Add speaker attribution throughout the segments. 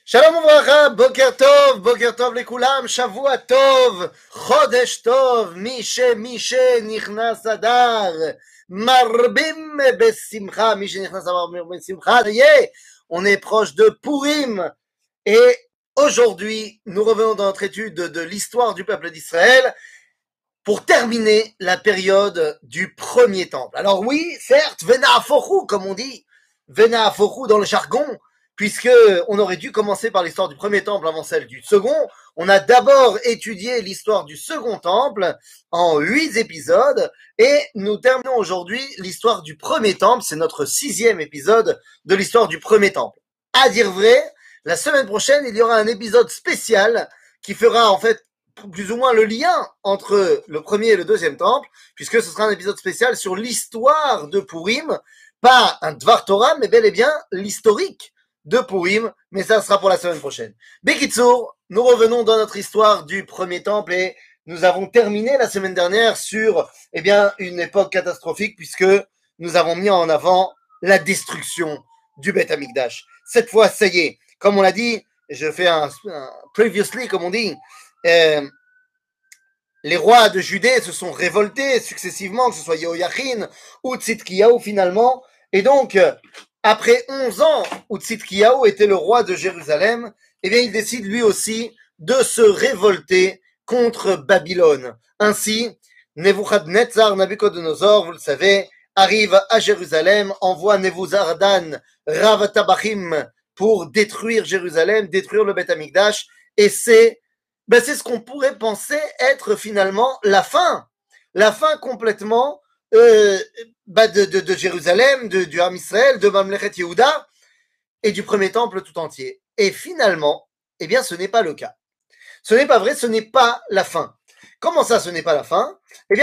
Speaker 1: Shalom Uvracha, Boker Tov lekulam, Shavua Tov, Chodesh Tov, Mishe, Nichnas Adar, Marbim Besimcha, Mishe Nichnas Adar Besimcha, ça y est, on est proche de Purim, et aujourd'hui, nous revenons dans notre étude de l'histoire du peuple d'Israël, pour terminer la période du premier temple. Alors oui, certes, Vena Aforu, comme on dit, Vena Aforu dans le jargon, puisque on aurait dû commencer par l'histoire du premier temple avant celle du second. On a d'abord étudié l'histoire du second temple en 8 épisodes, et nous terminons aujourd'hui l'histoire du premier temple. C'est notre 6e épisode de l'histoire du premier temple. À dire vrai, la semaine prochaine, il y aura un épisode spécial qui fera en fait plus ou moins le lien entre le premier et le deuxième temple, puisque ce sera un épisode spécial sur l'histoire de Purim, pas un Dvar Torah, mais bel et bien l'historique de Purim, mais ça sera pour la semaine prochaine. Bekitsour, nous revenons dans notre histoire du premier temple et nous avons terminé la semaine dernière sur une époque catastrophique, puisque nous avons mis en avant la destruction du Beth Amikdash. Cette fois, ça y est, comme on l'a dit, je fais un previously, comme on dit, les rois de Judée se sont révoltés successivement, que ce soit Yehoiachin ou Tzidkiyahu finalement, et donc après 11 ans où Tzidkiyahu était le roi de Jérusalem, il décide lui aussi de se révolter contre Babylone. Ainsi, Nebuchadnezzar, Nabucodonosor, vous le savez, arrive à Jérusalem, envoie Nebuzaradan, Rav Tabachim pour détruire Jérusalem, détruire le Beth Amikdash, et c'est ce qu'on pourrait penser être finalement la fin complètement de Jérusalem, du Ham Israël, de Mamlechet Yehuda et du premier temple tout entier. Et finalement, ce n'est pas le cas. Ce n'est pas vrai, ce n'est pas la fin. Comment ça, ce n'est pas la fin?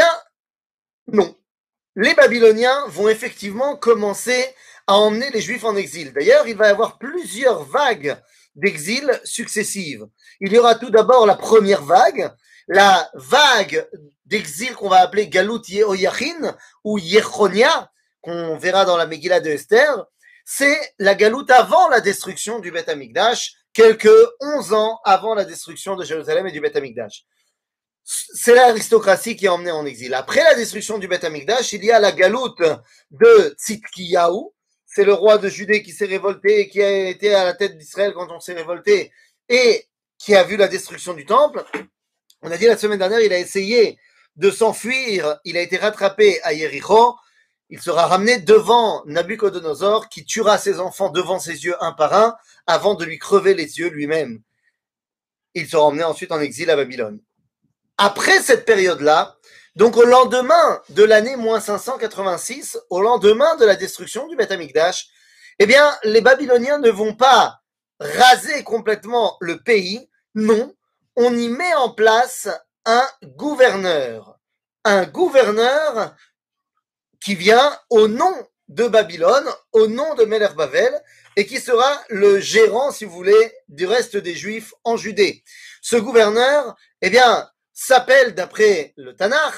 Speaker 1: Non. Les Babyloniens vont effectivement commencer à emmener les Juifs en exil. D'ailleurs, il va y avoir plusieurs vagues d'exil successives. Il y aura tout d'abord la première vague, la vague d'exil qu'on va appeler Galut Yehoiachin ou Yechonia, qu'on verra dans la Megillah de Esther. C'est la Galut avant la destruction du Beth Amikdash, quelques 11 ans avant la destruction de Jérusalem et du Beth Amikdash. C'est l'aristocratie qui est emmenée en exil. Après la destruction du Beth Amikdash, il y a la Galut de Tzidkiyahu. C'est le roi de Judée qui s'est révolté, qui a été à la tête d'Israël quand on s'est révolté, et qui a vu la destruction du temple. On a dit la semaine dernière, il a essayé de s'enfuir, il a été rattrapé à Yéricho, il sera ramené devant Nabucodonosor, qui tuera ses enfants devant ses yeux un par un, avant de lui crever les yeux lui-même. Il sera emmené ensuite en exil à Babylone. Après cette période-là, donc au lendemain de l'année moins 586, au lendemain de la destruction du Beth Amikdash, les Babyloniens ne vont pas raser complètement le pays, non, on y met en place un gouverneur qui vient au nom de Babylone, au nom de Melech Bavel, et qui sera le gérant, si vous voulez, du reste des Juifs en Judée. Ce gouverneur, s'appelle, d'après le Tanakh,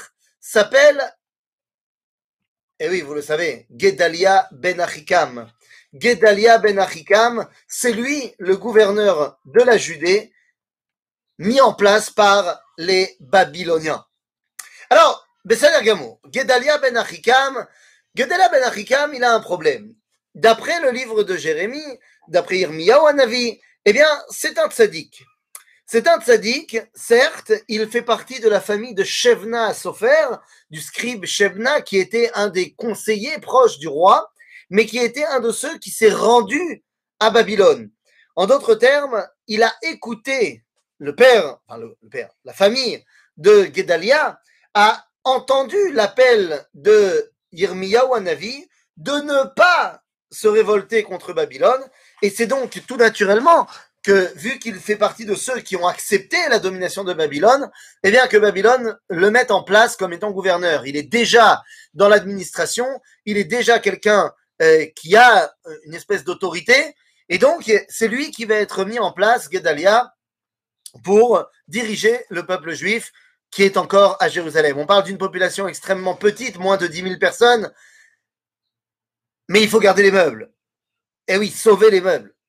Speaker 1: et oui, vous le savez, Gedalia ben Achikam. Gedalia ben Achikam, c'est lui le gouverneur de la Judée, mis en place par les Babyloniens. Alors, Besséder Gamour, Gedalia ben Achikam, il a un problème. D'après le livre de Jérémie, d'après Yirmiyahu Hanavi, c'est un tzaddik. C'est un tzaddik, certes, il fait partie de la famille de Shebna Sofer, du scribe Shebna, qui était un des conseillers proches du roi, mais qui était un de ceux qui s'est rendu à Babylone. En d'autres termes, il a écouté la famille de Gedalia a entendu l'appel de Yirmiyahu Hanavi de ne pas se révolter contre Babylone, et c'est donc tout naturellement que, vu qu'il fait partie de ceux qui ont accepté la domination de Babylone, que Babylone le mette en place comme étant gouverneur. Il est déjà dans l'administration, il est déjà quelqu'un qui a une espèce d'autorité, et donc c'est lui qui va être mis en place, Gedalia, pour diriger le peuple juif qui est encore à Jérusalem. On parle d'une population extrêmement petite, moins de 10 000 personnes, mais il faut garder les meubles. Et oui, sauver les meubles.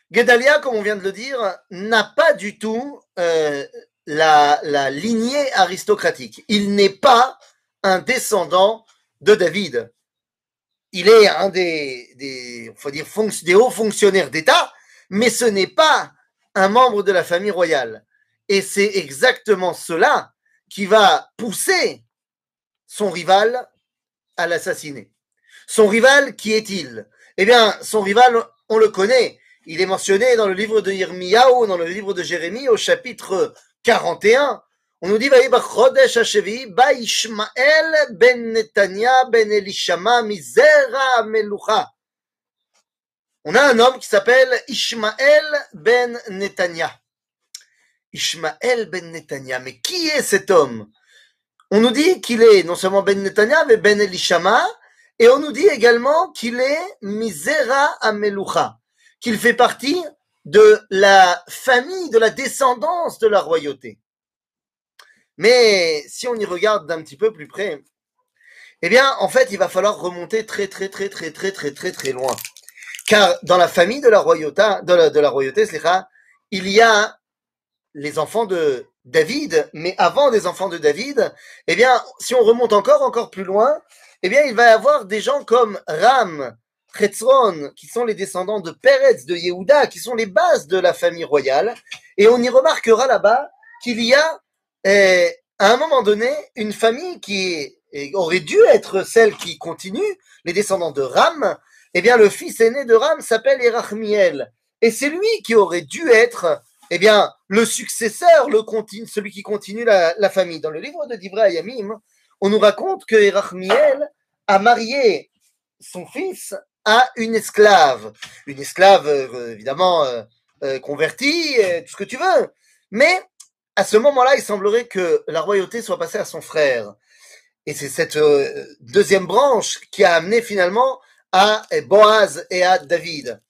Speaker 1: Guédalia, comme on vient de le dire, n'a pas du tout la lignée aristocratique. Il n'est pas un descendant de David. Il est un faut dire, des hauts fonctionnaires d'État, mais ce n'est pas un membre de la famille royale. Et c'est exactement cela qui va pousser son rival à l'assassiner. Son rival, qui est-il? Eh bien, son rival, on le connaît. Il est mentionné dans le livre de Yirmiyahu, dans le livre de Jérémie, au chapitre 41. On nous dit, Chodesh Hashevi, ba Ishmael ben Netanya ben Elishama mizera melucha. On a un homme qui s'appelle Ishmael ben Netanya. Ishmael ben Netanya. Mais qui est cet homme? On nous dit qu'il est non seulement ben Netanya, mais ben Elishama, et on nous dit également qu'il est Mizera Amelucha, qu'il fait partie de la famille, de la descendance de la royauté. Mais si on y regarde d'un petit peu plus près, eh bien, en fait, il va falloir remonter très loin. Car dans la famille de la royauté, il y a les enfants de David, mais avant des enfants de David, eh bien, si on remonte encore plus loin, eh bien, il va y avoir des gens comme Ram, Chetzron, qui sont les descendants de Peretz, de Yehuda, qui sont les bases de la famille royale. Et on y remarquera là-bas qu'il y a, à un moment donné, une famille qui aurait dû être celle qui continue, les descendants de Ram. Eh bien, le fils aîné de Ram s'appelle Yerachmiel. Et c'est lui qui aurait dû être, eh bien, le successeur, celui qui continue la famille. Dans le livre de Divrei Hayamim, on nous raconte que Yerachmiel a marié son fils à une esclave évidemment convertie, tout ce que tu veux. Mais à ce moment-là, il semblerait que la royauté soit passée à son frère. Et c'est cette deuxième branche qui a amené finalement à Boaz et à David.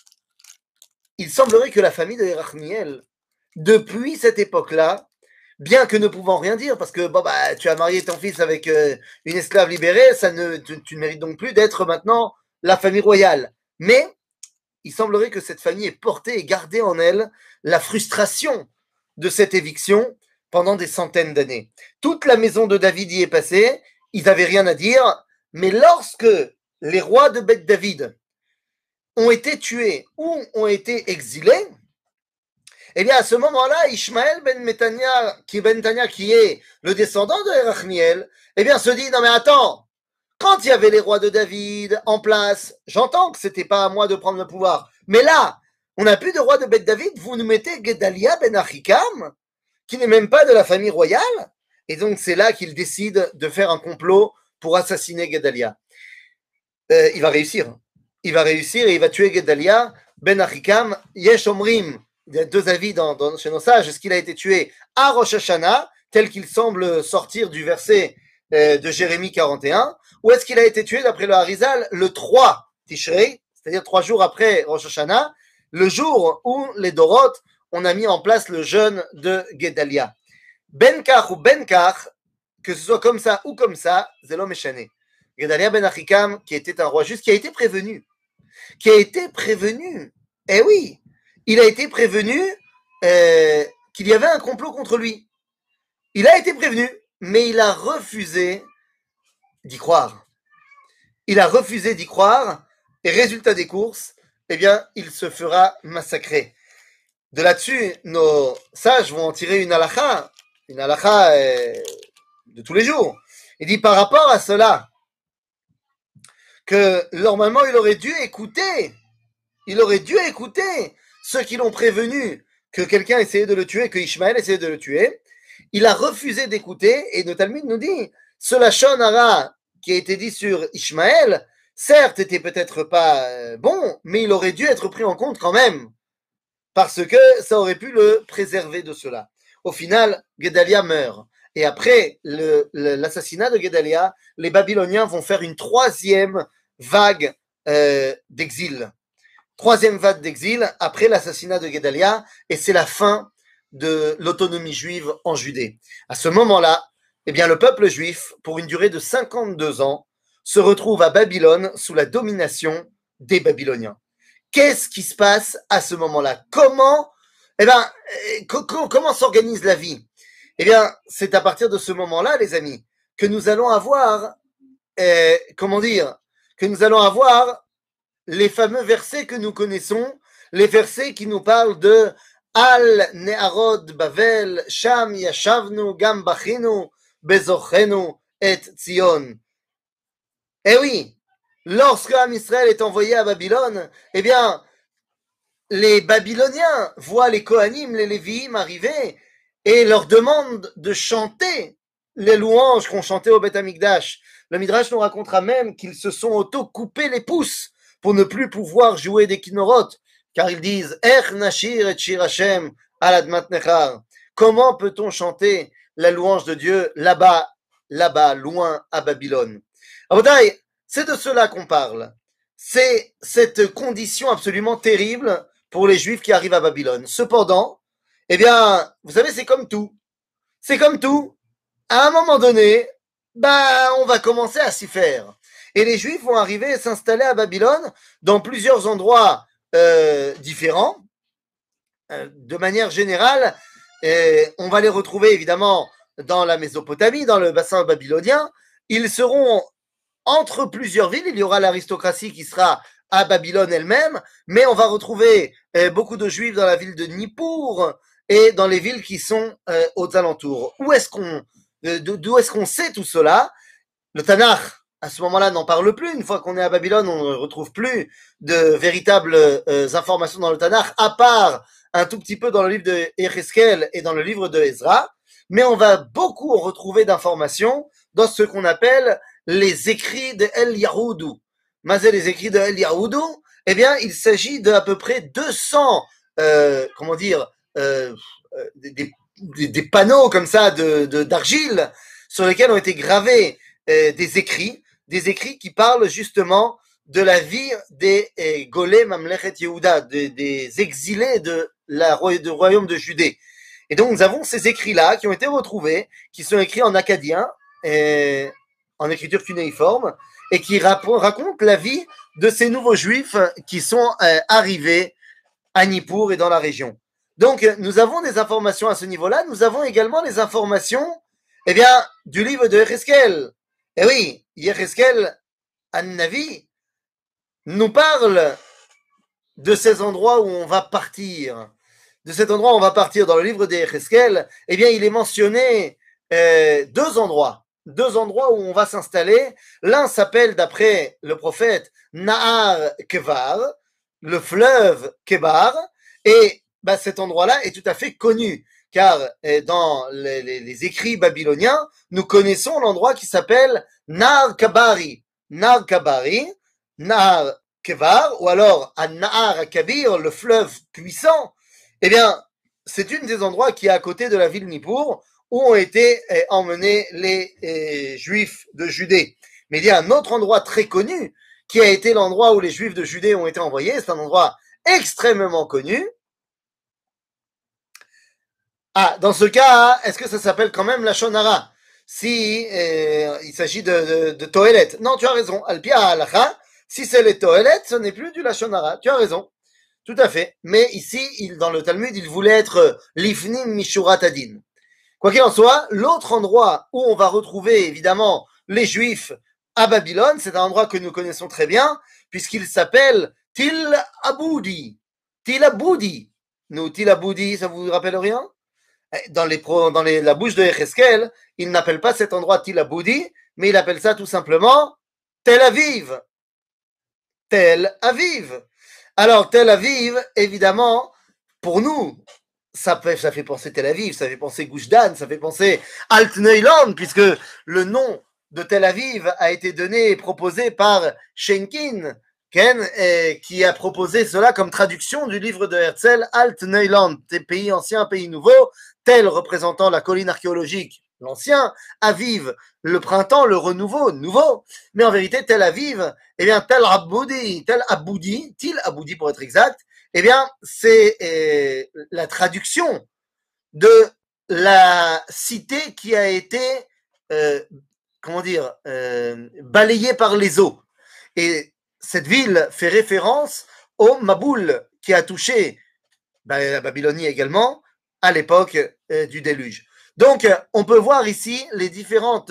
Speaker 1: Il semblerait que la famille de Yerachmiel, depuis cette époque-là, bien que ne pouvant rien dire, parce que tu as marié ton fils avec une esclave libérée, tu ne mérites donc plus d'être maintenant la famille royale. Mais il semblerait que cette famille ait porté et gardé en elle la frustration de cette éviction pendant des centaines d'années. Toute la maison de David y est passée, ils n'avaient rien à dire, mais lorsque les rois de Beth David ont été tués ou ont été exilés, eh bien, à ce moment-là, Ishmael ben Netanya, qui est le descendant de Yerachmiel, eh bien, se dit, non mais attends, quand il y avait les rois de David en place, j'entends que c'était pas à moi de prendre le pouvoir, mais là, on n'a plus de roi de Beth David, vous nous mettez Gedalia ben Achikam, qui n'est même pas de la famille royale, et donc c'est là qu'il décide de faire un complot pour assassiner Gedalia. Il va réussir et il va tuer Gedalia ben Achikam, Yesh Omrim. Il y a deux avis chez nos sages. Est-ce qu'il a été tué à Rosh Hashanah, tel qu'il semble sortir du verset de Jérémie 41, ou est-ce qu'il a été tué, d'après le Harizal, le 3 Tishrei, c'est-à-dire 3 jours après Rosh Hashanah, le jour où les Doroth, on a mis en place le jeûne de Gedalia. Benkach ou Benkach, que ce soit comme ça ou comme ça, Zelo Meshane. Gedalia ben Achikam, qui était un roi juste, qui a été prévenu. Eh oui, il a été prévenu qu'il y avait un complot contre lui. Il a été prévenu, mais il a refusé d'y croire. Et résultat des courses, eh bien, il se fera massacrer. De là-dessus, nos sages vont en tirer une halakha de tous les jours. Il dit par rapport à cela, que normalement il aurait dû écouter ceux qui l'ont prévenu que quelqu'un essayait de le tuer, que Ishmaël essayait de le tuer. Il a refusé d'écouter, et le Talmud nous dit, ce lachon hara qui a été dit sur Ishmaël, certes, était peut-être pas bon, mais il aurait dû être pris en compte quand même, parce que ça aurait pu le préserver de cela. Au final, Gedalia meurt. Et après l'assassinat de Gedalia, les Babyloniens vont faire une troisième vague d'exil. Troisième vague d'exil après l'assassinat de Gedalia, et c'est la fin de l'autonomie juive en Judée. À ce moment-là, eh bien, le peuple juif, pour une durée de 52 ans, se retrouve à Babylone sous la domination des Babyloniens. qu'est-ce qui se passe à ce moment-là? Comment, eh ben, comment s'organise la vie? Eh bien, c'est à partir de ce moment-là, les amis, que nous allons avoir, comment dire, que nous allons avoir les fameux versets que nous connaissons, les versets qui nous parlent de Al Ne'arod Bavel, Sham Yashavnu Gam Bachinu Bezochenu et Tzion. Eh oui, lorsque Am Israël est envoyé à Babylone, eh bien, les Babyloniens voient les Kohanim, les Lévi'im arriver et leur demandent de chanter les louanges qu'on chantait au Beth Amikdash. Le Midrash nous racontera même qu'ils se sont auto-coupés les pouces pour ne plus pouvoir jouer des kinorotes, car ils disent Ech Nashir et Shir Hashem al Admat Nechar. Comment peut-on chanter la louange de Dieu là-bas, loin à Babylone? Abotai, c'est de cela qu'on parle. C'est cette condition absolument terrible pour les Juifs qui arrivent à Babylone. Cependant, eh bien, vous savez, c'est comme tout. C'est comme tout. À un moment donné, on va commencer à s'y faire. Et les Juifs vont arriver et s'installer à Babylone dans plusieurs endroits différents. De manière générale, on va les retrouver évidemment dans la Mésopotamie, dans le bassin babylonien. Ils seront entre plusieurs villes. Il y aura l'aristocratie qui sera à Babylone elle-même, mais on va retrouver beaucoup de Juifs dans la ville de Nippur et dans les villes qui sont aux alentours. D'où est-ce qu'on sait tout cela? Le Tanakh, à ce moment-là, n'en parle plus. Une fois qu'on est à Babylone, on ne retrouve plus de véritables informations dans le Tanakh, à part un tout petit peu dans le livre de Yecheskel et dans le livre de Ezra. Mais on va beaucoup retrouver d'informations dans ce qu'on appelle les écrits de El Yahoudou. Mazé, les écrits de El Yahoudou, eh bien, il s'agit d'à peu près 200, des panneaux comme ça d'argile sur lesquels ont été gravés des écrits qui parlent justement de la vie des Golé Mamlechet Yehuda, des exilés du royaume de Judée. Et donc, nous avons ces écrits-là qui ont été retrouvés, qui sont écrits en akkadien, en écriture cunéiforme, et qui racontent la vie de ces nouveaux juifs qui sont arrivés à Nippur et dans la région. Donc, nous avons des informations à ce niveau-là. Nous avons également les informations, du livre de Yecheskel. Eh oui, Yecheskel, An-Navi, nous parle de ces endroits où on va partir. De cet endroit où on va partir dans le livre de Yecheskel, il est mentionné deux endroits où on va s'installer. L'un s'appelle, d'après le prophète, Nahar Kevar, le fleuve Kebar, et cet endroit-là est tout à fait connu, car dans les écrits babyloniens, nous connaissons l'endroit qui s'appelle Nahar Kabari, Nahar Kevar, ou alors Nahar Kabir, le fleuve puissant. C'est une des endroits qui est à côté de la ville Nippur, où ont été emmenés les Juifs de Judée. Mais il y a un autre endroit très connu, qui a été l'endroit où les Juifs de Judée ont été envoyés. C'est un endroit extrêmement connu. Ah, dans ce cas, est-ce que ça s'appelle quand même la Shonara? Si il s'agit de Toelet. Non, tu as raison. Al-Pia Halacha, si c'est les Toelet, ce n'est plus du Lachonara. Tu as raison. Tout à fait. Mais ici, dans le Talmud, il voulait être Lifnim Mishurat Adin. Quoi qu'il en soit, l'autre endroit où on va retrouver évidemment les Juifs à Babylone, c'est un endroit que nous connaissons très bien, puisqu'il s'appelle Til Aboudi. Til Aboudi. Nous, Til Aboudi, ça vous rappelle rien? Dans la bouche de Yecheskel, il n'appelle pas cet endroit Til Aboudi, mais il appelle ça tout simplement Tel Aviv. Tel Aviv. Alors, Tel Aviv, évidemment, pour nous, ça fait penser Tel Aviv, ça fait penser Gush Dan, ça fait penser Alt-Neuland, puisque le nom de Tel Aviv a été donné et proposé par Schenkin, qui a proposé cela comme traduction du livre de Herzl, Alt-Neuland, pays ancien, pays nouveau, Tel représentant la colline archéologique, l'ancien, Aviv, le printemps, le renouveau, nouveau, mais en vérité, Tel Aviv, Tel Aboudi pour être exact, c'est la traduction de la cité qui a été, balayée par les eaux. Et cette ville fait référence au Maboul qui a touché la Babylonie également à l'époque du déluge. Donc, on peut voir ici les différents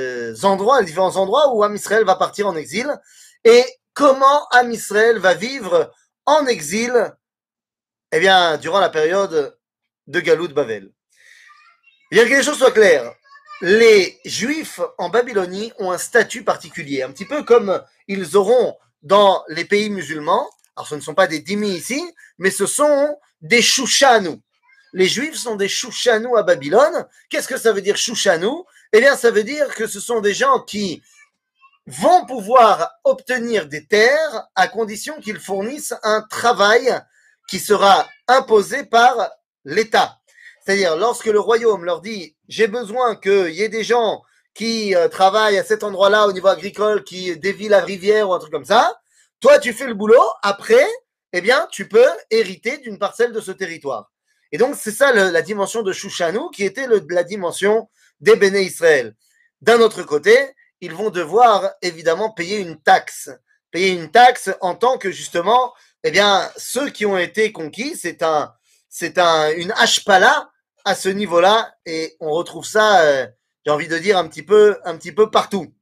Speaker 1: endroits où Am Israël va partir en exil et comment Am Israël va vivre en exil, eh bien, durant la période de Galout Bavel. Bien que les choses soient claires, les Juifs en Babylonie ont un statut particulier, un petit peu comme ils auront dans les pays musulmans. Alors, ce ne sont pas des dhimmi ici, mais ce sont des chouchanou. Les Juifs sont des chouchanou à Babylone. Qu'est-ce que ça veut dire chouchanou? Eh bien, ça veut dire que ce sont des gens qui vont pouvoir obtenir des terres à condition qu'ils fournissent un travail qui sera imposé par l'État. C'est-à-dire, lorsque le royaume leur dit « j'ai besoin qu'il y ait des gens qui travaillent à cet endroit-là au niveau agricole, qui dévient la rivière ou un truc comme ça », toi, tu fais le boulot, après, eh bien, tu peux hériter d'une parcelle de ce territoire. Et donc, c'est ça la dimension de Shushanou, qui était la dimension des Béné Israël. D'un autre côté, ils vont devoir évidemment payer une taxe. Payer une taxe en tant que justement, eh bien, ceux qui ont été conquis, une hashpala à ce niveau-là, et on retrouve ça, j'ai envie de dire, un petit peu partout.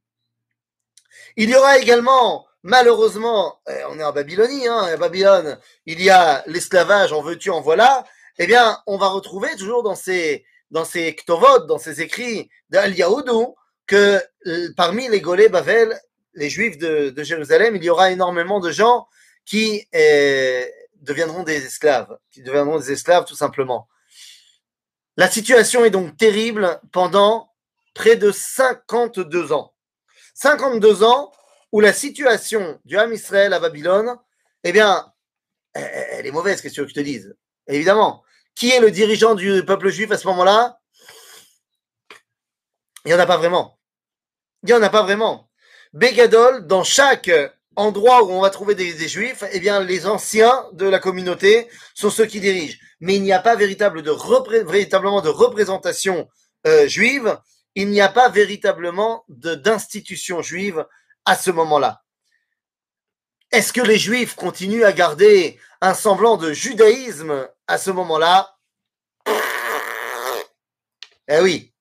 Speaker 1: Il y aura également, malheureusement, on est en Babylonie, à Babylone, il y a l'esclavage, en veux-tu, en voilà. Eh bien, on va retrouver toujours dans ces ktovot, dans ces écrits d'Al-Yahoudou, que parmi les Golé Bavel, les Juifs de Jérusalem, il y aura énormément de gens qui deviendront des esclaves, tout simplement. La situation est donc terrible pendant près de 52 ans. 52 ans où la situation du Ham Israël à Babylone, eh bien, elle est mauvaise, qu'est-ce que je te dise? Évidemment. Qui est le dirigeant du peuple juif à ce moment-là? Il n'y en a pas vraiment. Bégadol, dans chaque endroit où on va trouver des juifs, eh bien, les anciens de la communauté sont ceux qui dirigent. Mais il n'y a pas véritablement de représentation juive. Il n'y a pas véritablement d'institution juive à ce moment-là. Est-ce que les Juifs continuent à garder un semblant de judaïsme à ce moment-là? Eh oui.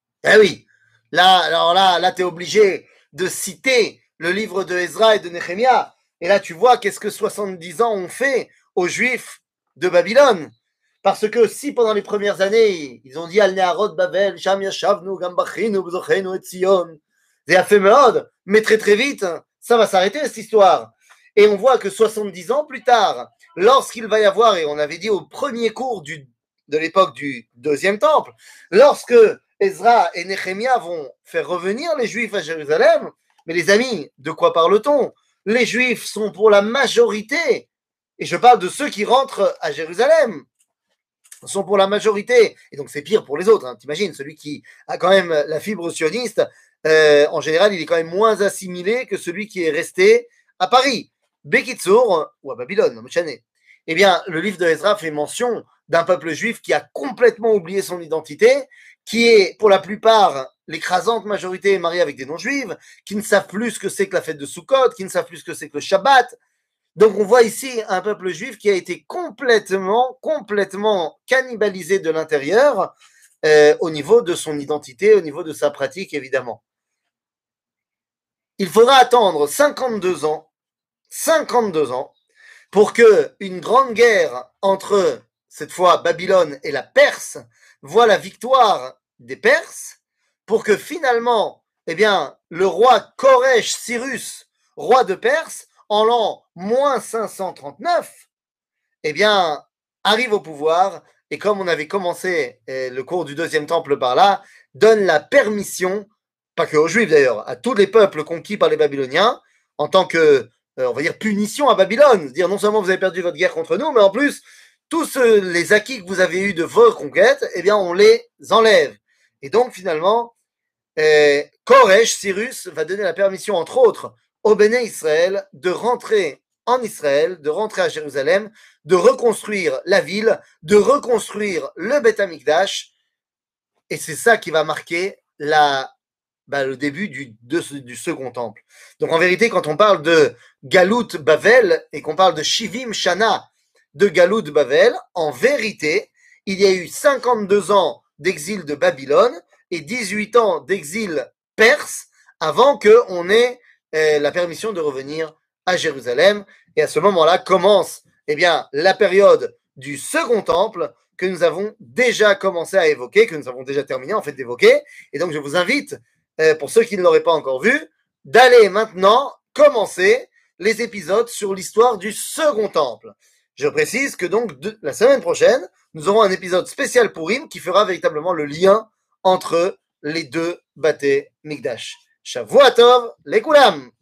Speaker 1: Là, t'es obligé de citer le livre de Ezra et de Néhémia. Et là, tu vois qu'est-ce que 70 ans ont fait aux Juifs de Babylone. Parce que si pendant les premières années, ils ont dit Al Neharot Babel, Sham Yashavnu, Gambachinu, Bzochenu et Tzion, c'est a fait meod, mais très vite, ça va s'arrêter cette histoire. Et on voit que 70 ans plus tard, lorsqu'il va y avoir, et on avait dit au premier cours de l'époque du deuxième temple, lorsque Ezra et Néhémia vont faire revenir les Juifs à Jérusalem, mais les amis, de quoi parle-t-on? Les Juifs sont pour la majorité, et je parle de ceux qui rentrent à Jérusalem, sont pour la majorité, et donc c'est pire pour les autres, t'imagines, celui qui a quand même la fibre sioniste, en général, il est quand même moins assimilé que celui qui est resté à Paris, Bekitsour, ou à Babylone, eh bien, le livre de Ezra fait mention d'un peuple juif qui a complètement oublié son identité, qui est, pour la plupart, l'écrasante majorité est mariée avec des non-juifs, qui ne savent plus ce que c'est que la fête de Sukkot, qui ne savent plus ce que c'est que le Shabbat. Donc, on voit ici un peuple juif qui a été complètement cannibalisé de l'intérieur, au niveau de son identité, au niveau de sa pratique, évidemment. Il faudra attendre 52 ans, pour que une grande guerre entre, cette fois, Babylone et la Perse, voit la victoire des Perses, pour que finalement, eh bien, le roi Koresh Cyrus, roi de Perse, en l'an moins 539, eh bien, arrive au pouvoir, et comme on avait commencé le cours du deuxième temple par là, donne la permission, pas que aux Juifs d'ailleurs, à tous les peuples conquis par les Babyloniens, en tant que, on va dire, punition à Babylone. Dire non seulement vous avez perdu votre guerre contre nous, mais en plus, tous les acquis que vous avez eus de vos conquêtes, eh bien, on les enlève. Et donc, finalement, Koresh, Cyrus, va donner la permission, entre autres, au Béné Israël de rentrer en Israël, de rentrer à Jérusalem, de reconstruire la ville, de reconstruire le Beth Amikdash. Et c'est ça qui va marquer la le début du second temple. Donc en vérité, quand on parle de Galout Bavel et qu'on parle de Shivim Shana de Galout Bavel, en vérité, il y a eu 52 ans d'exil de Babylone et 18 ans d'exil perse avant qu'on ait la permission de revenir à Jérusalem. Et à ce moment-là commence la période du second temple que nous avons déjà commencé à évoquer, que nous avons déjà terminé en fait d'évoquer. Et donc je vous invite, pour ceux qui ne l'auraient pas encore vu, d'aller maintenant commencer les épisodes sur l'histoire du second temple. Je précise que donc la semaine prochaine, nous aurons un épisode spécial Purim qui fera véritablement le lien entre les deux Baté Mikdash. Shavua Tov, Lekulam!